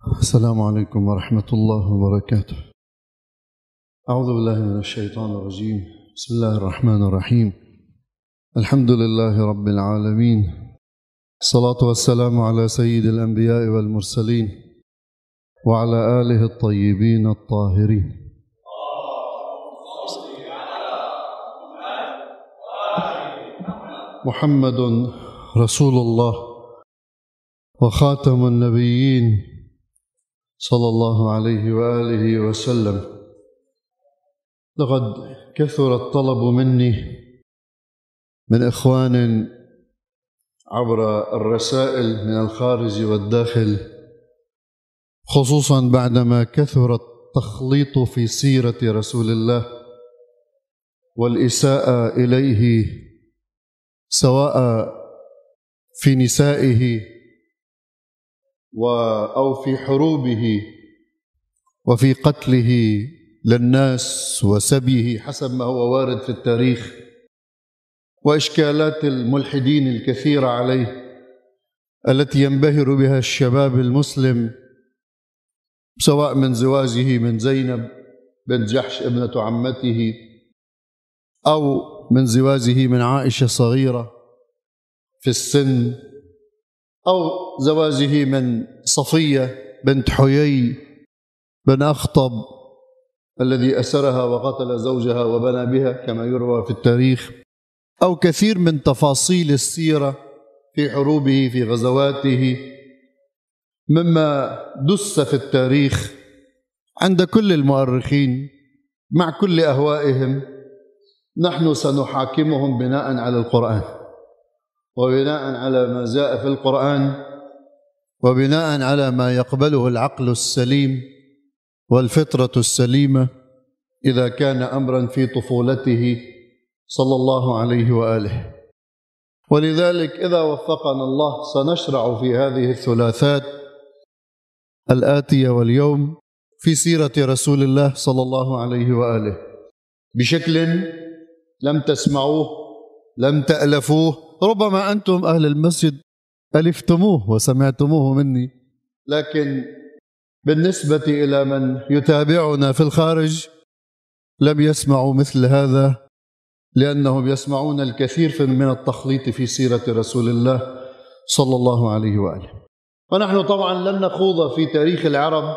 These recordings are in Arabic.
السلام عليكم ورحمة الله وبركاته. أعوذ بالله من الشيطان الرجيم. بسم الله الرحمن الرحيم. الحمد لله رب العالمين، الصلاة والسلام على سيد الأنبياء والمرسلين وعلى آله الطيبين الطاهرين. محمد رسول الله وخاتم النبيين صلى الله عليه وآله وسلم. لقد كثر الطلب مني من إخوان عبر الرسائل من الخارج والداخل، خصوصا بعدما كثر التخليط في سيرة رسول الله والإساءة إليه، سواء في نسائه أو في حروبه وفي قتله للناس وسبيه حسب ما هو وارد في التاريخ، وإشكالات الملحدين الكثيرة عليه التي ينبهر بها الشباب المسلم، سواء من زواجه من زينب بنت جحش ابنة عمته، أو من زواجه من عائشة صغيرة في السن، أو زواجه من صفية بنت حيي بن أخطب الذي أسرها وقتل زوجها وبنى بها كما يروى في التاريخ، أو كثير من تفاصيل السيرة في حروبه في غزواته مما دس في التاريخ عند كل المؤرخين مع كل أهوائهم. نحن سنحاكمهم بناء على القرآن، وبناء على ما جاء في القرآن، وبناء على ما يقبله العقل السليم والفطرة السليمة إذا كان أمرا في طفولته صلى الله عليه وآله. ولذلك إذا وفقنا الله سنشرع في هذه الثلاثات الآتية واليوم في سيرة رسول الله صلى الله عليه وآله بشكل لم تسمعوه، لم تألفوه، ربما أنتم أهل المسجد ألفتموه وسمعتموه مني، لكن بالنسبة إلى من يتابعنا في الخارج لم يسمعوا مثل هذا، لأنهم يسمعون الكثير من التخليط في سيرة رسول الله صلى الله عليه وآله. ونحن طبعا لن نخوض في تاريخ العرب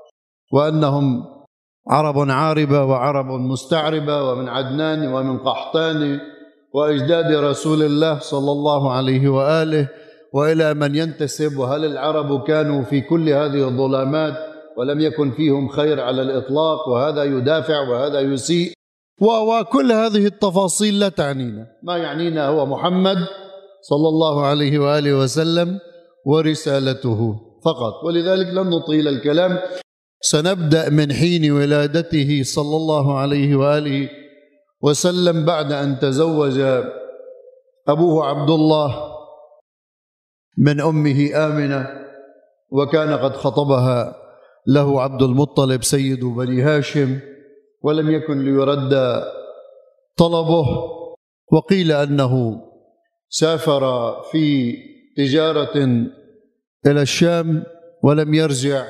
وأنهم عرب عاربة وعرب مستعربة ومن عدنان ومن قحطان وأجداد رسول الله صلى الله عليه وآله وإلى من ينتسب، وهل العرب كانوا في كل هذه الظلامات ولم يكن فيهم خير على الإطلاق، وهذا يدافع وهذا يسيء، وكل هذه التفاصيل لا تعنينا. ما يعنينا هو محمد صلى الله عليه وآله وسلم ورسالته فقط. ولذلك لن نطيل الكلام، سنبدأ من حين ولادته صلى الله عليه وآله وسلم بعد أن تزوج أبوه عبد الله من أمه آمنة، وكان قد خطبها له عبد المطلب سيد بني هاشم، ولم يكن ليرد طلبه. وقيل أنه سافر في تجارة إلى الشام ولم يرجع،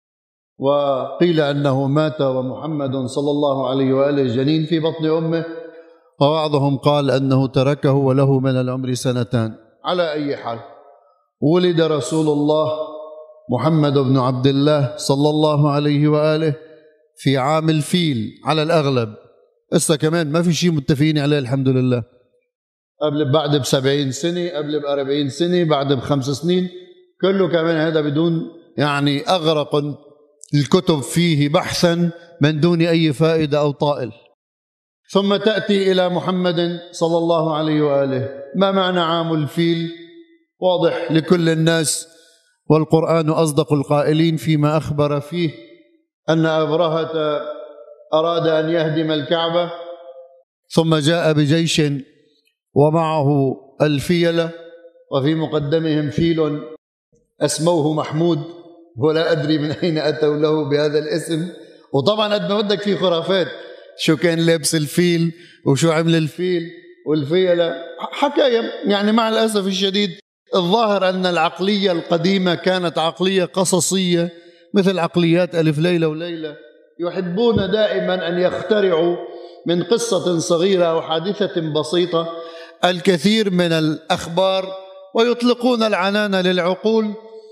وقيل أنه مات ومحمد صلى الله عليه وآله جنين في بطن أمه، وبعضهم قال أنه تركه وله من العمر 2 سنين. على أي حال، ولد رسول الله محمد بن عبد الله صلى الله عليه وآله في عام الفيل على الأغلب. إسا كمان ما في شيء متفقين عليه الحمد لله، قبل بعد ب70 سنة، قبل ب40 سنة، بعد ب5 سنين، كله كمان هذا بدون يعني أغرق الكتب فيه بحثا من دون أي فائدة أو طائل. ثم تأتي إلى محمد صلى الله عليه وآله. ما معنى عام الفيل؟ واضح لكل الناس، والقرآن أصدق القائلين فيما أخبر فيه أن أبرهة أراد أن يهدم الكعبة، ثم جاء بجيش ومعه الفيلة، وفي مقدمهم فيل أسموه محمود، ولا أدري من أين أتوا له بهذا الاسم. وطبعا قد ما بدك في خرافات، شو كان لابس الفيل وشو عمل الفيل والفيلة، حكاية يعني مع الأسف الشديد. الظاهر أن العقلية القديمة كانت عقلية قصصية مثل عقليات ألف ليلة وليلة يحبون دائما أن يخترعوا من قصة صغيرة أو حادثة بسيطة الكثير من الأخبار ويطلقون العنان للعقول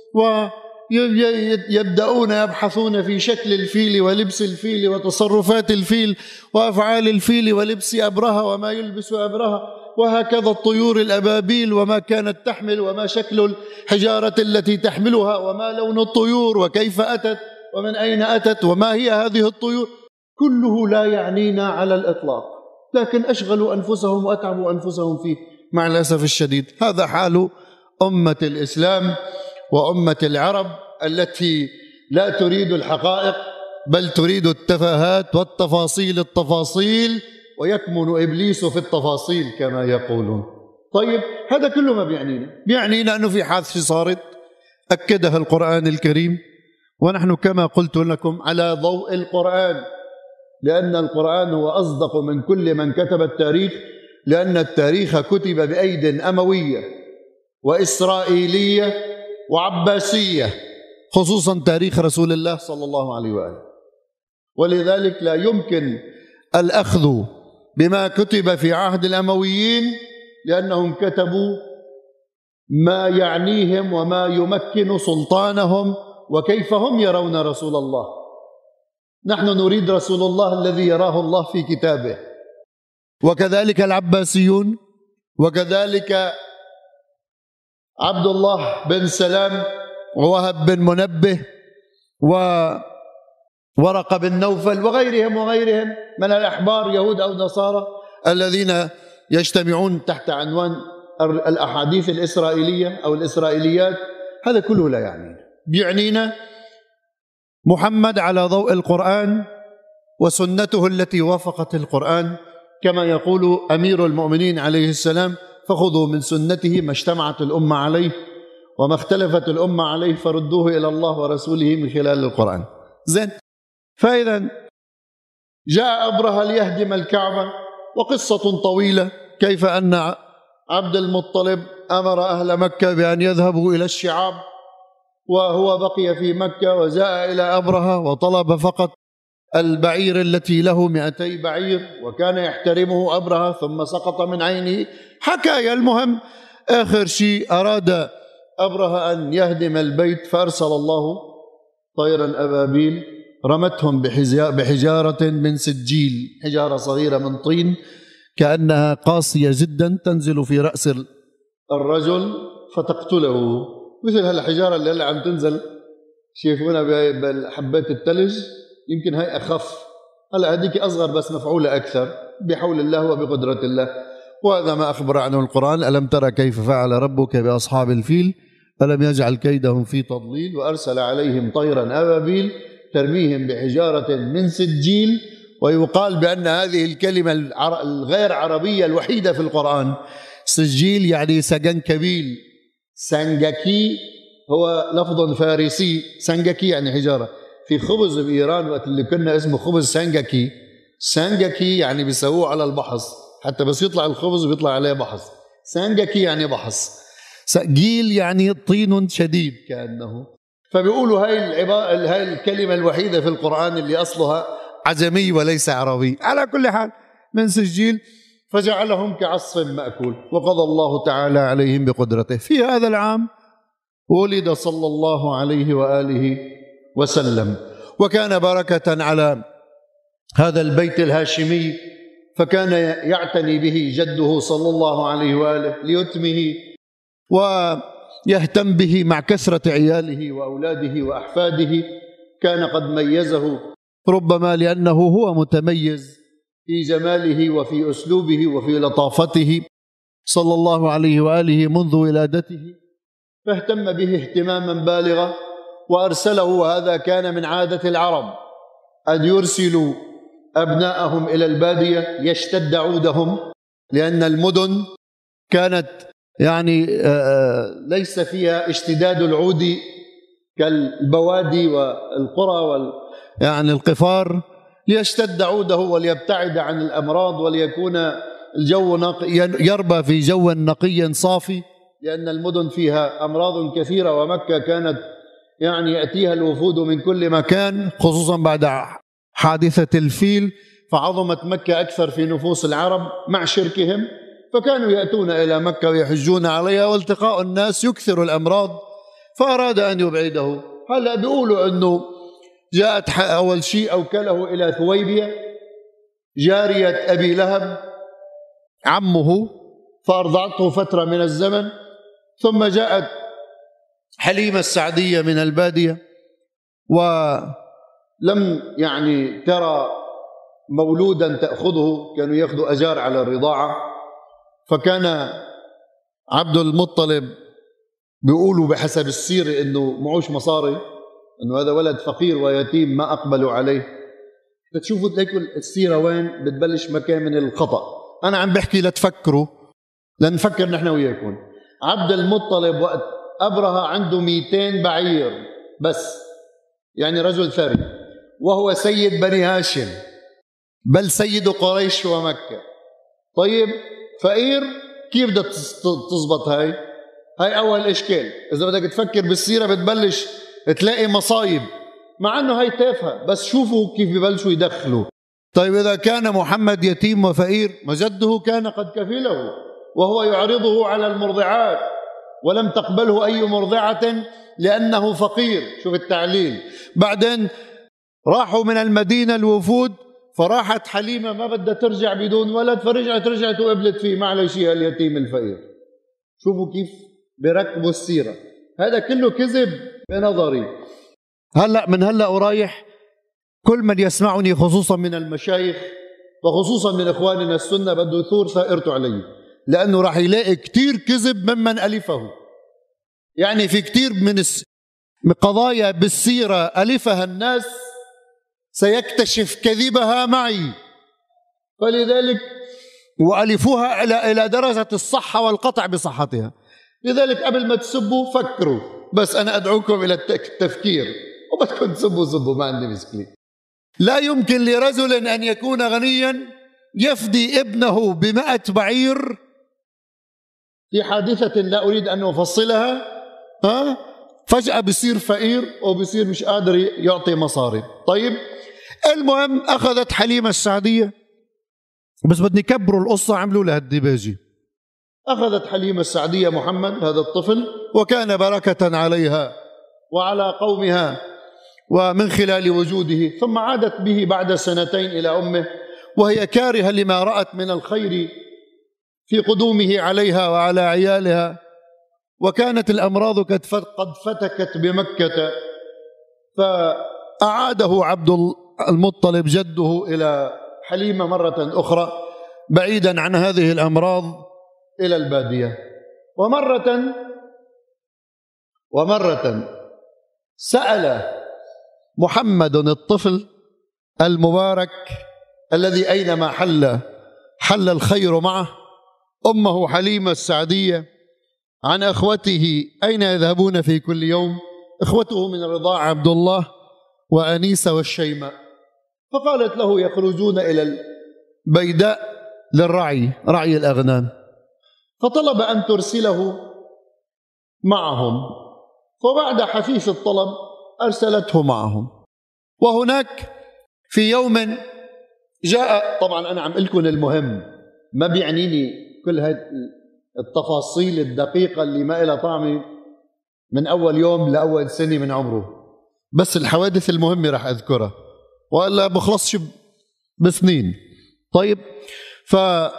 ويبدأون يبحثون في شكل الفيل ولبس الفيل وتصرفات الفيل وأفعال الفيل ولبس أبرهة وما يلبس أبرهة، وهكذا الطيور الأبابيل وما كانت تحمل وما شكل الحجارة التي تحملها وما لون الطيور وكيف أتت ومن أين أتت وما هي هذه الطيور، كله لا يعنينا على الإطلاق، لكن أشغلوا أنفسهم وأتعبوا أنفسهم فيه مع الأسف الشديد. هذا حال أمة الإسلام وأمة العرب التي لا تريد الحقائق بل تريد التفاهات والتفاصيل التفاصيل، ويكمن إبليس في التفاصيل كما يقولون. طيب هذا كله ما بيعنينا أنه في حادثة صارت أكدها القرآن الكريم، ونحن كما قلت لكم على ضوء القرآن، لأن القرآن هو أصدق من كل من كتب التاريخ، لأن التاريخ كتب بأيد أموية وإسرائيلية وعباسية، خصوصا تاريخ رسول الله صلى الله عليه وآله، ولذلك لا يمكن الأخذ بما كتب في عهد الأمويين، لأنهم كتبوا ما يعنيهم وما يمكن سلطانهم وكيف هم يرون رسول الله. نحن نريد رسول الله الذي يراه الله في كتابه، وكذلك العباسيون، وكذلك عبد الله بن سلام ووهب بن منبه وورقة بن نوفل وغيرهم من الأحبار يهود أو نصارى الذين يجتمعون تحت عنوان الأحاديث الإسرائيلية أو الإسرائيليات. هذا كله لا بيعنينا محمد على ضوء القرآن وسنته التي وافقت القرآن، كما يقول أمير المؤمنين عليه السلام: فخذوا من سنته ما اجتمعت الأمة عليه وما اختلفت الأمة عليه فردوه إلى الله ورسوله من خلال القرآن. زين، فإذا جاء أبرهة ليهدم الكعبة، وقصة طويلة كيف أن عبد المطلب أمر أهل مكة بأن يذهبوا إلى الشعاب، وهو بقي في مكة وجاء إلى أبرهة وطلب فقط البعير التي له 200 بعير، وكان يحترمه أبرهة ثم سقط من عينه حكاية. المهم آخر شيء أراد أبرهة أن يهدم البيت، فأرسل الله طيرا أبابيل رمتهم بحجارة من سجيل، حجارة صغيرة من طين كأنها قاسية جدا تنزل في رأس الرجل فتقتله، مثل هالحجارة اللي عم تنزل شايفونها بحبات الثلج، يمكن هاي أخف، هلا هذيك أصغر بس مفعولة أكثر بحول الله وبقدرة الله. وهذا ما أخبر عنه القرآن: ألم ترى كيف فعل ربك بأصحاب الفيل ألم يجعل كيدهم في تضليل وأرسل عليهم طيرا أبابيل ترميهم بحجارة من سجيل. ويقال بأن هذه الكلمة الغير عربية الوحيدة في القرآن. سجيل يعني سجنكبيل، سنجكي هو لفظ فارسي، سنجكي يعني حجارة. في خبز بإيران وقت اللي كنا اسمه خبز سنجكي، سنجكي يعني بيسووه على البحص، حتى بس يطلع الخبز بيطلع عليه بحص، سنجكي يعني بحص، جيل يعني طين شديد كأنه. فبيقولوا هاي الكلمة الوحيدة في القرآن اللي أصلها عجمي وليس عربي. على كل حال من سجيل فجعلهم كعصف مأكول، وقضى الله تعالى عليهم بقدرته. في هذا العام ولد صلى الله عليه وآله وسلم، وكان بركة على هذا البيت الهاشمي، فكان يعتني به جده صلى الله عليه وآله ليتمه ويهتم به مع كثرة عياله وأولاده وأحفاده. كان قد ميزه ربما لأنه هو متميز في جماله وفي أسلوبه وفي لطافته صلى الله عليه وآله منذ ولادته، فاهتم به اهتماما بالغا وأرسله. وهذا كان من عادة العرب أن يرسلوا أبناءهم إلى البادية يشتد عودهم، لأن المدن كانت يعني ليس فيها اشتداد العود كالبوادي والقرى يعني القفار، ليشتد عوده وليبتعد عن الأمراض وليكون الجو يربى في جو نقي صافي، لأن المدن فيها أمراض كثيرة، ومكة كانت يعني يأتيها الوفود من كل مكان، خصوصا بعد حادثة الفيل، فعظمت مكة أكثر في نفوس العرب مع شركهم، فكانوا يأتون إلى مكة ويحجون عليها، والتقاء الناس يكثر الأمراض، فأراد أن يبعده. هلأ بيقولوا أنه جاءت أول شيء أوكله إلى ثويبية جارية أبي لهب عمه، فأرضعته فترة من الزمن، ثم جاءت حليمة السعدية من البادية، ولم يعني ترى مولودا تأخذه، كانوا يأخذوا أجار على الرضاعة، فكان عبد المطلب بيقولوا بحسب السيرة إنه معوش مصاري، إنه هذا ولد فقير ويتيم ما أقبلوا عليه. تشوفوا تلاقوا السيرة وين بتبلش مكان من الخطأ. أنا عم بحكي لتفكروا، لنفكر نحن وياكم. عبد المطلب وقت أبرهة عنده 200 بعير بس، يعني رجل ثري، وهو سيد بني هاشم، بل سيد قريش ومكة. طيب فقير، كيف بدها تزبط هاي أول إشكال. إذا بدك تفكر بالسيرة بتبلش تلاقي مصايب، مع أنه هاي تافهة، بس شوفوا كيف ببلشوا يدخلوا. طيب إذا كان محمد يتيم وفقير، مجده كان قد كفله وهو يعرضه على المرضعات، ولم تقبله أي مرضعة لأنه فقير. شوف التعليل. بعدين راحوا من المدينة الوفود، فراحت حليمة ما بدها ترجع بدون ولد، فرجعت وقبلت فيه، معلش يا اليتيم الفقير. شوفوا كيف بركبوا السيرة. هذا كله كذب بنظري. هلأ من هلأ ورايح كل من يسمعني خصوصا من المشايخ وخصوصا من إخواننا السنة بده يثور ثائرته علي، لأنه راح يلاقي كتير كذب ممن ألفه. يعني في كتير من قضايا بالسيرة ألفها الناس سيكتشف كذبها معي، فلذلك وألفوها إلى درجة الصحة والقطع بصحتها. لذلك قبل ما تسبوا فكروا، بس أنا أدعوكم إلى التفكير، وبدكم تسبوا ما عندي مشكلة. لا يمكن لرجل أن يكون غنيا يفدي ابنه ب100 بعير في حادثة لا أريد أن أفصلها، فجأة بصير فقير وبصير مش قادر يعطي مصاري. طيب المهم أخذت حليمة السعدية، بس بدي كبروا القصة، عملوا لها الدباجي. أخذت حليمة السعدية محمد هذا الطفل، وكان بركة عليها وعلى قومها ومن خلال وجوده، ثم عادت به بعد 2 إلى أمه، وهي كارهة لما رأت من الخير في قدومه عليها وعلى عيالها. وكانت الأمراض قد فتكت بمكة، فأعاده عبد المطلب جده إلى حليمة مرة أخرى بعيدا عن هذه الأمراض إلى البادية. ومرة سأل محمد الطفل المبارك الذي أينما حل الخير معه أمه حليمة السعدية عن أخوته أين يذهبون في كل يوم. إخوته من الرضاعة عبد الله وأنيسة والشيماء، فقالت له يخرجون إلى البيداء للرعي، رعي الأغنام، فطلب أن ترسله معهم، فبعد حثيث الطلب أرسلته معهم. وهناك في يوم جاء، طبعا أنا عم أقول لكم المهم، ما بيعنيني كل هذه التفاصيل الدقيقة اللي ما إلها طعمة من أول يوم لأول سنة من عمره، بس الحوادث المهمة رح أذكرها وإلا بخلصش بسنين. طيب فجاء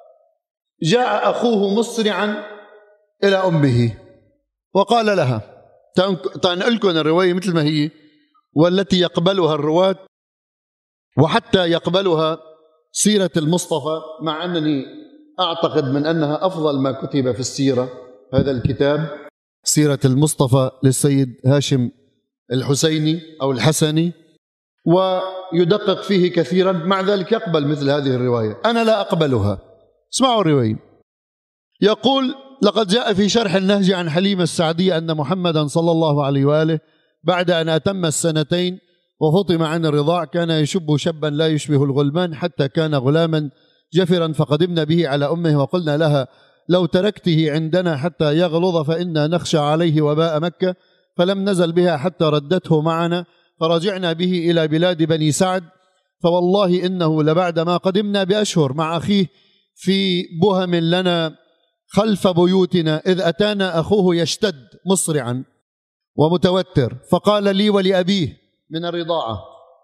أخوه مسرعا إلى أمه وقال لها، تنقل لكم الرواية مثل ما هي والتي يقبلها الرواة وحتى يقبلها سيرة المصطفى، مع أنني أعتقد من أنها أفضل ما كتب في السيرة هذا الكتاب، سيرة المصطفى للسيد هاشم الحسيني أو الحسني، ويدقق فيه كثيرا، مع ذلك يقبل مثل هذه الرواية. أنا لا أقبلها. اسمعوا الرواية. يقول: لقد جاء في شرح النهج عن حليمة السعدية أن محمدا صلى الله عليه وآله بعد أن أتم 2 وفطم عن الرضاع كان يشب شبا لا يشبه الغلمان حتى كان غلاما جفرا، فقدمنا به على أمه وقلنا لها: لو تركته عندنا حتى يغلظ فإنا نخشى عليه وباء مكة، فلم نزل بها حتى ردته معنا، فرجعنا به إلى بلاد بني سعد، فوالله إنه لبعد ما قدمنا بأشهر مع أخيه في بهم لنا خلف بيوتنا، إذ أتانا أخوه يشتد مسرعا ومتوتر، فقال لي ولأبيه من الرضاعة: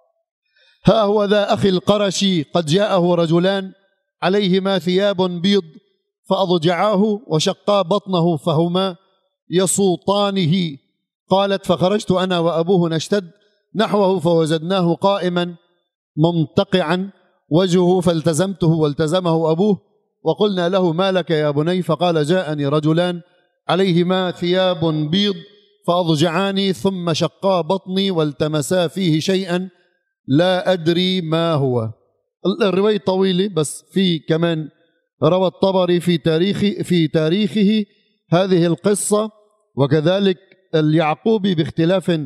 ها هو ذا أخي القرشي قد جاءه رجلان عليهما ثياب بيض فأضجعاه وشقا بطنه فهما يصوطانه. قالت: فخرجت أنا وأبوه نشتد نحوه فوجدناه قائما ممتقعا وجهه، فالتزمته والتزمه أبوه، وقلنا له: ما لك يا بني؟ فقال: جاءني رجلان عليهما ثياب بيض فأضجعاني ثم شقا بطني والتمسا فيه شيئا لا أدري ما هو. الرواية طويلة، بس في كمان روى الطبري في تاريخه هذه القصة، وكذلك اليعقوبي باختلاف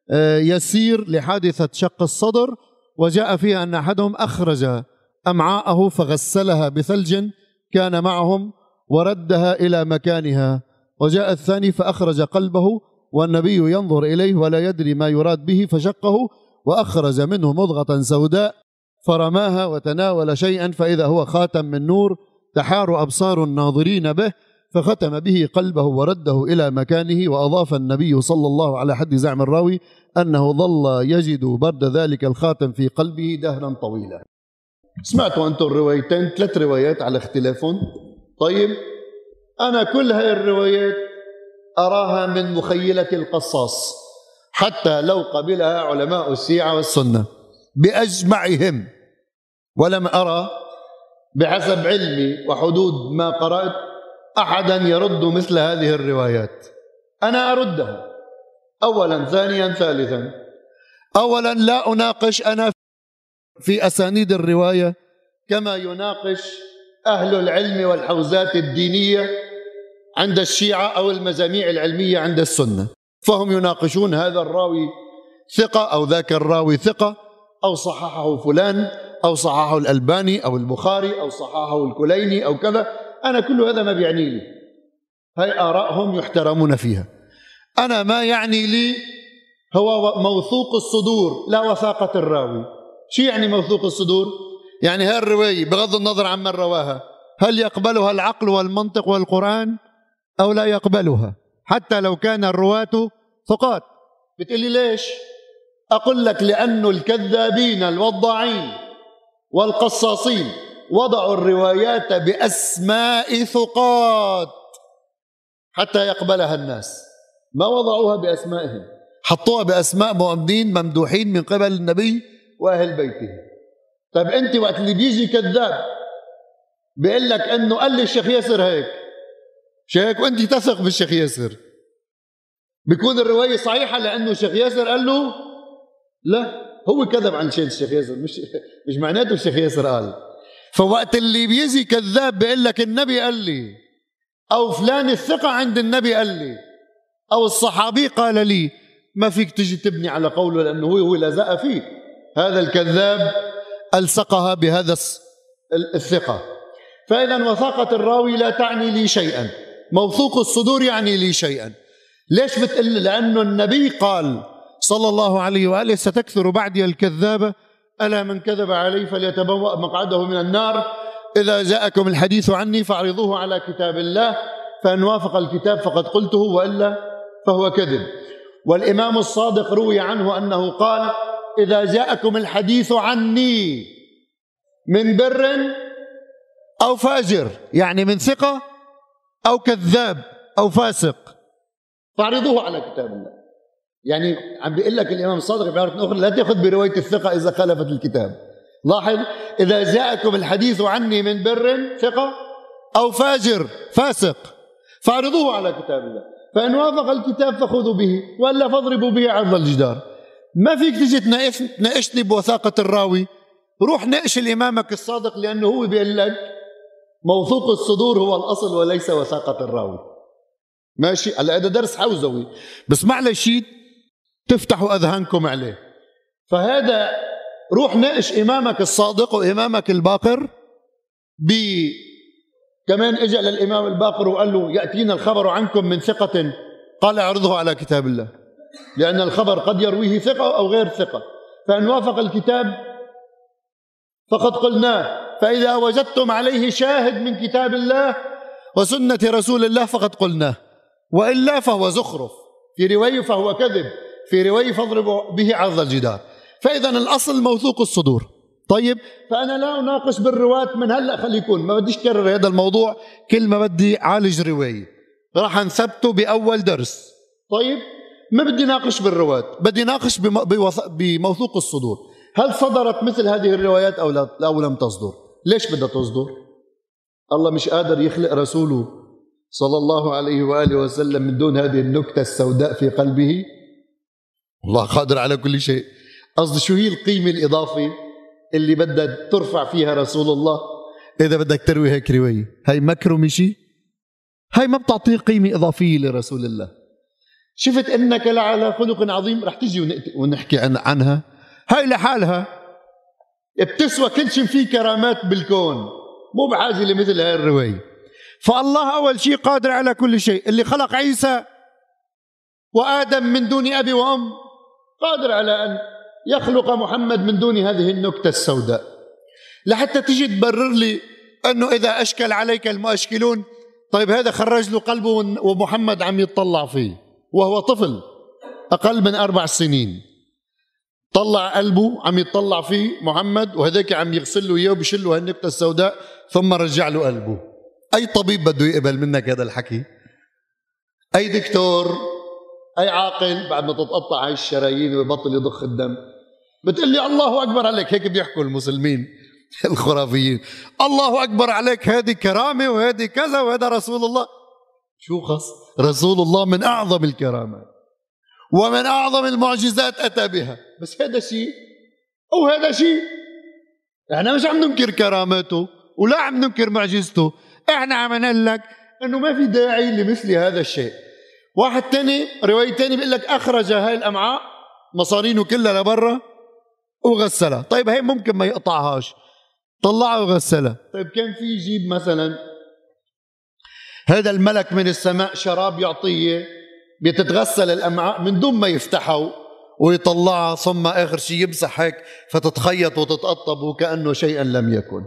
يسير لحادثة شق الصدر، وجاء فيها أن أحدهم أخرج أمعاءه فغسلها بثلج كان معهم وردها إلى مكانها، وجاء الثاني فأخرج قلبه والنبي ينظر إليه ولا يدري ما يراد به، فشقه وأخرج منه مضغة سوداء فرماها وتناول شيئا فإذا هو خاتم من نور تحار أبصار الناظرين به، فختم به قلبه ورده إلى مكانه. وأضاف النبي صلى الله على حد زعم الراوي أنه ظل يجد برد ذلك الخاتم في قلبه دهرا طويلا. سمعتوا أنتم الروايتين، 3 روايات على اختلافهم. طيب، أنا كل هاي الروايات أراها من مخيلة القصاص، حتى لو قبلها علماء الشيعة والسنة بأجمعهم، ولم أرى بحسب علمي وحدود ما قرأت أحدا يرد مثل هذه الروايات. أنا أردها أولا، ثانيا، ثالثا. أولا، لا أناقش أنا في أسانيد الرواية كما يناقش أهل العلم والحوزات الدينية عند الشيعة أو المجاميع العلمية عند السنة، فهم يناقشون هذا الراوي ثقة أو ذاك الراوي ثقة، أو صححه فلان أو صححه الألباني أو البخاري أو صححه الكليني أو كذا. أنا كل هذا ما بيعني لي، هاي آرائهم يحترمون فيها. أنا ما يعني لي هو موثوق الصدور لا وثاقة الراوي. شو يعني موثوق الصدور؟ يعني هاي الرواية بغض النظر عن من رواها هل يقبلها العقل والمنطق والقرآن أو لا يقبلها، حتى لو كان الرواة ثقات. بتقولي ليش؟ أقول لك: لأن الكذابين الوضاعين والقصاصين وضعوا الروايات بأسماء ثقات حتى يقبلها الناس، ما وضعوها بأسمائهم، حطوها بأسماء مؤمنين ممدوحين من قبل النبي وأهل بيته. طيب أنت وقت اللي بيجي كذاب بيقول لك أنه قال لي الشيخ ياسر هيك شيك، وأنت تثق بالشيخ ياسر، بيكون الرواية صحيحة لأنه الشيخ ياسر قال له؟ لا، هو كذب عن شيء الشيخ ياسر، مش معناته الشيخ ياسر قال. فوقت اللي بيجي كذاب بيقول لك النبي قال لي، أو فلان الثقة عند النبي قال لي، أو الصحابي قال لي، ما فيك تجي تبني على قوله لأنه هو لزق فيه. هذا الكذاب ألصقها بهذا الثقة. فإذا وثاقة الراوي لا تعني لي شيئا، موثوق الصدور يعني لي شيئا. ليش بتقول؟ لأنه النبي قال صلى الله عليه وآله: ستكثر بعدي الكذابة، ألا من كذب علي فليتبوأ مقعده من النار، إذا جاءكم الحديث عني فاعرضوه على كتاب الله، فإن وافق الكتاب فقد قلته وإلا فهو كذب. والإمام الصادق روي عنه أنه قال: إذا جاءكم الحديث عني من بر أو فاجر، يعني من ثقة أو كذاب أو فاسق، فاعرضوه على كتاب الله. يعني عم بيقول لك الإمام الصادق بعبارة أخرى: لا تأخذ برواية الثقة إذا خالفت الكتاب. لاحظ: إذا جاءكم الحديث عني من بر ثقة أو فاجر فاسق فاعرضوه على كتاب الله، فإن وافق الكتاب فخذوا به وإلا فاضربوا به عرض الجدار. ما فيك تجي تناقشني بوثاقة الراوي، روح ناقش الإمامك الصادق، لأنه هو بيقول لك موثوق الصدور هو الأصل وليس وثاقة الراوي. ماشي؟ هلا هذا درس حوزوي، بس معلش تفتحوا أذهانكم عليه. فهذا روح ناقش إمامك الصادق وإمامك الباقر. كمان اجى للإمام الباقر وقال له: يأتينا الخبر عنكم من ثقة، قال: اعرضه على كتاب الله. لأن الخبر قد يرويه ثقة أو غير ثقة، فإن وافق الكتاب فقد قلناه، فإذا وجدتم عليه شاهد من كتاب الله وسنة رسول الله فقد قلناه، وإلا فهو زخرف، في رواية فهو كذب، في رواية فاضربوا به عرض الجدار. فإذا الأصل موثوق الصدور. طيب، فأنا لا أناقش بالرواة من هلأ، خلي يكون، ما بديش كرر هذا الموضوع، كل ما بدي عالج رواية راح نثبته بأول درس. طيب، ما بدي ناقش بالرواة، بدي ناقش بموثوق الصدور. هل صدرت مثل هذه الروايات أو لا أو لم تصدر؟ ليش بدها تصدر؟ الله مش قادر يخلق رسوله صلى الله عليه وآله وسلم من دون هذه النكتة السوداء في قلبه؟ الله قادر على كل شيء. قصدي شو هي القيمة الإضافية اللي بدها ترفع فيها رسول الله إذا بدك تروي هيك رواية؟ هاي مكرمة شيء؟ هاي ما بتعطيه قيمة إضافية لرسول الله. شفت إنك لعلى خلق عظيم، رح تجي ونحكي عنها. هاي لحالها بتسوى كل شيء فيه كرامات بالكون، مو بحاجة لمثل هاي الرواية. فالله أول شيء قادر على كل شيء، اللي خلق عيسى وآدم من دون أبي وأم قادر على أن يخلق محمد من دون هذه النكتة السوداء. لحتى تجي تبرر لي أنه إذا أشكل عليك المؤشكلون، طيب هذا خرج له قلبه ومحمد عم يتطلع فيه وهو طفل أقل من 4 سنين، طلع قلبه عم يتطلع فيه محمد، وهذاك عم يغسل له إياه وبيشل له هالنكتة السوداء ثم رجع له قلبه. أي طبيب بده يقبل منك هذا الحكي؟ أي دكتور، أي عاقل بعد ما تتقطع هاي الشرايين ويبطل يضخ الدم بتقول لي الله أكبر عليك؟ هيك بيحكوا المسلمين الخرافيين، الله أكبر عليك، هذه كرامة وهذه كذا وهذا رسول الله. شو خص؟ رسول الله من أعظم الكرامات ومن أعظم المعجزات أتى بها، بس هذا شيء أو هذا شيء. احنا مش عم ننكر كراماته ولا عم ننكر معجزته، احنا عم نقول لك انه ما في داعي لمثل هذا الشيء. واحد تاني، رواية تاني بيقول لك أخرج هاي الأمعاء مصارينه كلها لبرا وغسلها. طيب هي ممكن ما يقطعهاش، طلعها وغسلها. طيب كان في يجيب مثلا هذا الملك من السماء شراب يعطيه بيتتغسل الأمعاء من دون ما يفتحه ويطلعها، ثم آخر شيء يمسح هيك فتتخيط وتتقطب وكأنه شيئا لم يكن.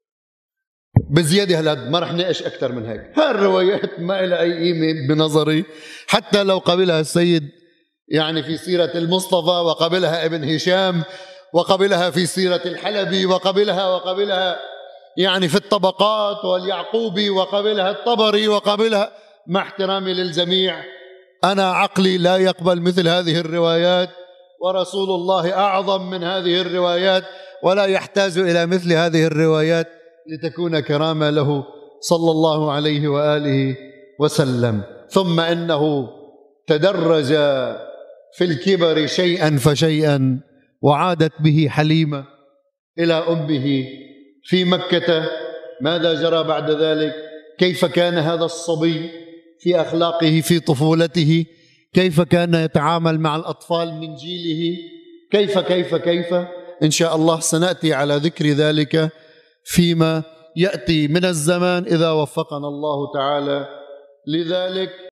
بزيادة هالقد ما رح ناقش أكثر من هيك. هالروايات ما لها أي قيمة بنظري، حتى لو قبلها السيد يعني في سيرة المصطفى، وقبلها ابن هشام، وقبلها في سيرة الحلبي، وقبلها يعني في الطبقات واليعقوبي، وقبلها الطبري، وقبلها، مع احترامي للجميع أنا عقلي لا يقبل مثل هذه الروايات، ورسول الله أعظم من هذه الروايات ولا يحتاج إلى مثل هذه الروايات لتكون كرامة له صلى الله عليه وآله وسلم. ثم إنه تدرج في الكبر شيئا فشيئا، وعادت به حليمة إلى أمه في مكة. ماذا جرى بعد ذلك؟ كيف كان هذا الصبي في أخلاقه في طفولته؟ كيف كان يتعامل مع الأطفال من جيله؟ كيف إن شاء الله سنأتي على ذكر ذلك فيما يأتي من الزمان إذا وفقنا الله تعالى لذلك.